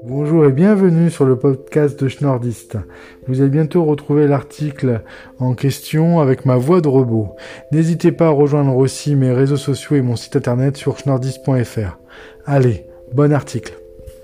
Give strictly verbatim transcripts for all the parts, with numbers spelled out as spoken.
Bonjour et bienvenue sur le podcast de Schnorrdist. Vous allez bientôt retrouver l'article en question avec ma voix de robot. N'hésitez pas à rejoindre aussi mes réseaux sociaux et mon site internet sur schnorrdist point f r. Allez, bon article.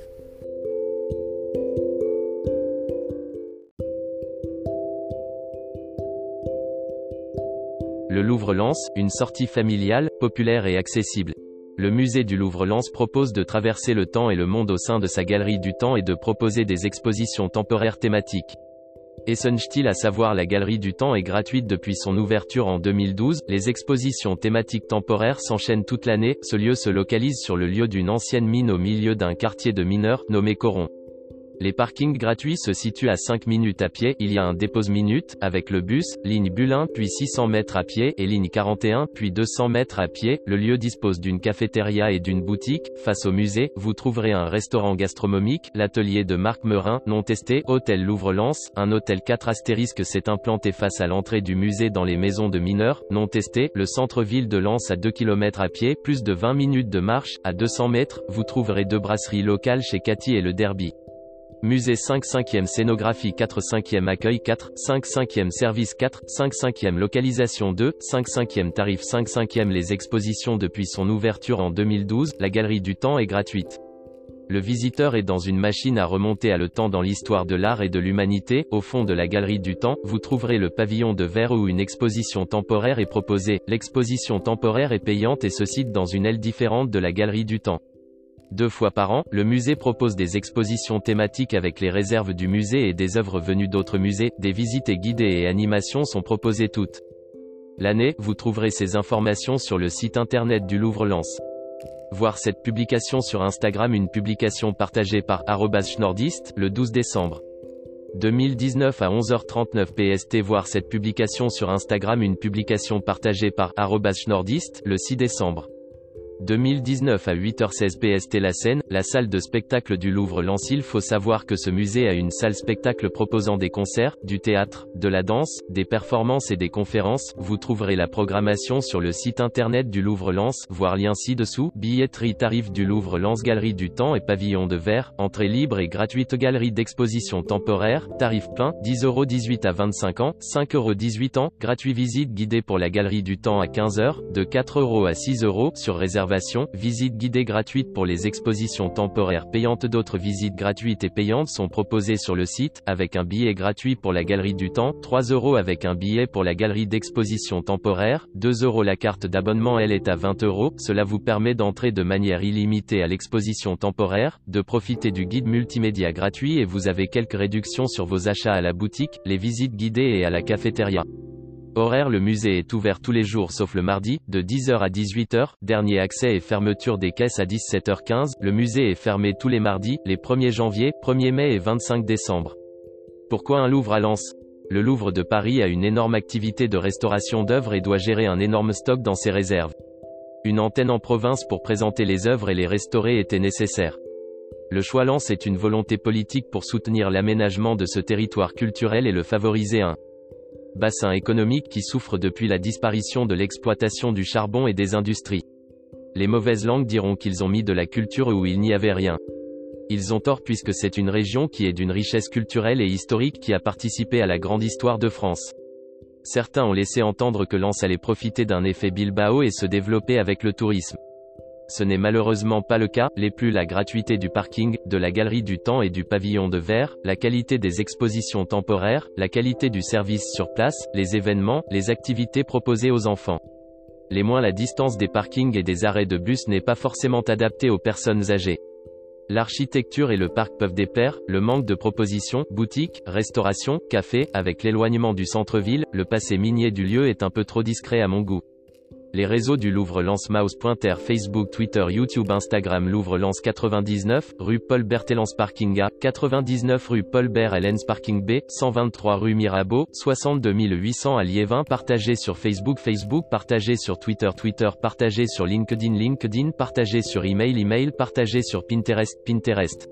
Le Louvre-Lens, une sortie familiale, populaire et accessible. Le musée du Louvre-Lens propose de traverser le temps et le monde au sein de sa galerie du temps et de proposer des expositions temporaires thématiques. Essenstil, à savoir la galerie du temps, est gratuite depuis son ouverture en deux mille douze. Les expositions thématiques temporaires s'enchaînent toute l'année. Ce lieu se localise sur le lieu d'une ancienne mine au milieu d'un quartier de mineurs, nommé Coron. Les parkings gratuits se situent à cinq minutes à pied. Il y a un dépose-minute, avec le bus, ligne Bulin, puis six cents mètres à pied, et ligne quarante et un, puis deux cents mètres à pied. Le lieu dispose d'une cafétéria et d'une boutique. Face au musée, vous trouverez un restaurant gastronomique, l'atelier de Marc Meurin, non testé, hôtel Louvre-Lens. Un hôtel quatre astérisques s'est implanté face à l'entrée du musée dans les maisons de mineurs, non testé. Le centre-ville de Lens à deux kilomètres à pied, plus de vingt minutes de marche. À deux cents mètres, vous trouverez deux brasseries locales chez Cathy et le Derby. Musée cinq cinquième scénographie quatre cinquième accueil quatre, cinq cinquième service quatre, cinq cinquième localisation deux, cinq cinquième tarif cinq cinquième. Les expositions depuis son ouverture en deux mille douze, la galerie du temps est gratuite. Le visiteur est dans une machine à remonter à le temps dans l'histoire de l'art et de l'humanité. Au fond de la galerie du temps, vous trouverez le pavillon de verre où une exposition temporaire est proposée. L'exposition temporaire est payante et se situe dans une aile différente de la galerie du temps. Deux fois par an, le musée propose des expositions thématiques avec les réserves du musée et des œuvres venues d'autres musées. Des visites guidées et animations sont proposées toute l'année. Vous trouverez ces informations sur le site internet du Louvre-Lens. Voir cette publication sur Instagram, une publication partagée par arobase schnorrdist, le douze décembre deux mille dix-neuf à onze heures trente-neuf P S T. Voir cette publication sur Instagram, une publication partagée par arobase schnorrdist, le six décembre deux mille dix-neuf à huit heures seize P S T. La scène, la salle de spectacle du Louvre-Lens. Il faut savoir que ce musée a une salle spectacle proposant des concerts, du théâtre, de la danse, des performances et des conférences. Vous trouverez la programmation sur le site internet du Louvre-Lens, voir lien ci-dessous. Billetterie, tarif du Louvre-Lens, galerie du temps et pavillon de verre, entrée libre et gratuite. Galerie d'exposition temporaire, tarif plein, dix euros dix-huit à vingt-cinq ans, cinq euros dix-huit ans, gratuit. Visite guidée pour la galerie du temps à quinze heures, de quatre euros à six euros, sur réservation. Visite guidée gratuite pour les expositions temporaires payantes. D'autres visites gratuites et payantes sont proposées sur le site, avec un billet gratuit pour la galerie du temps, trois euros avec un billet pour la galerie d'exposition temporaire, deux euros. La carte d'abonnement, elle, est à vingt euros. Cela vous permet d'entrer de manière illimitée à l'exposition temporaire, de profiter du guide multimédia gratuit et vous avez quelques réductions sur vos achats à la boutique, les visites guidées et à la cafétéria. Horaire, le musée est ouvert tous les jours sauf le mardi, de dix heures à dix-huit heures, dernier accès et fermeture des caisses à dix-sept heures quinze, le musée est fermé tous les mardis, les premier janvier, premier mai et vingt-cinq décembre. Pourquoi un Louvre à Lens? Le Louvre de Paris a une énorme activité de restauration d'œuvres et doit gérer un énorme stock dans ses réserves. Une antenne en province pour présenter les œuvres et les restaurer était nécessaire. Le choix Lens est une volonté politique pour soutenir l'aménagement de ce territoire culturel et le favoriser. Un bassin économique qui souffre depuis la disparition de l'exploitation du charbon et des industries. Les mauvaises langues diront qu'ils ont mis de la culture où il n'y avait rien. Ils ont tort puisque c'est une région qui est d'une richesse culturelle et historique qui a participé à la grande histoire de France. Certains ont laissé entendre que Lens allait profiter d'un effet Bilbao et se développer avec le tourisme. Ce n'est malheureusement pas le cas. Les plus la gratuité du parking, de la galerie du temps et du pavillon de verre, la qualité des expositions temporaires, la qualité du service sur place, les événements, les activités proposées aux enfants. Les moins la distance des parkings et des arrêts de bus n'est pas forcément adaptée aux personnes âgées. L'architecture et le parc peuvent déplaire, le manque de propositions, boutiques, restauration, café, avec l'éloignement du centre-ville, le passé minier du lieu est un peu trop discret à mon goût. Les réseaux du Louvre-Lens, Mouse Pointer, Facebook, Twitter, YouTube, Instagram. Louvre-Lens quatre-vingt-dix-neuf, rue Paul Berthelens Parking A, quatre-vingt-dix-neuf rue Paul Bert Helens Parking B, cent vingt-trois rue Mirabeau, soixante-deux mille huit cents à Liévin. Partagé sur Facebook, Facebook, partagé sur Twitter, Twitter, partagé sur LinkedIn, LinkedIn, partagé sur email, email, partagé sur Pinterest, Pinterest.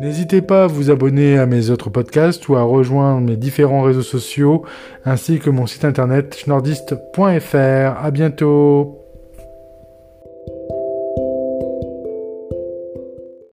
N'hésitez pas à vous abonner à mes autres podcasts ou à rejoindre mes différents réseaux sociaux ainsi que mon site internet schnorrdist point f r. À bientôt.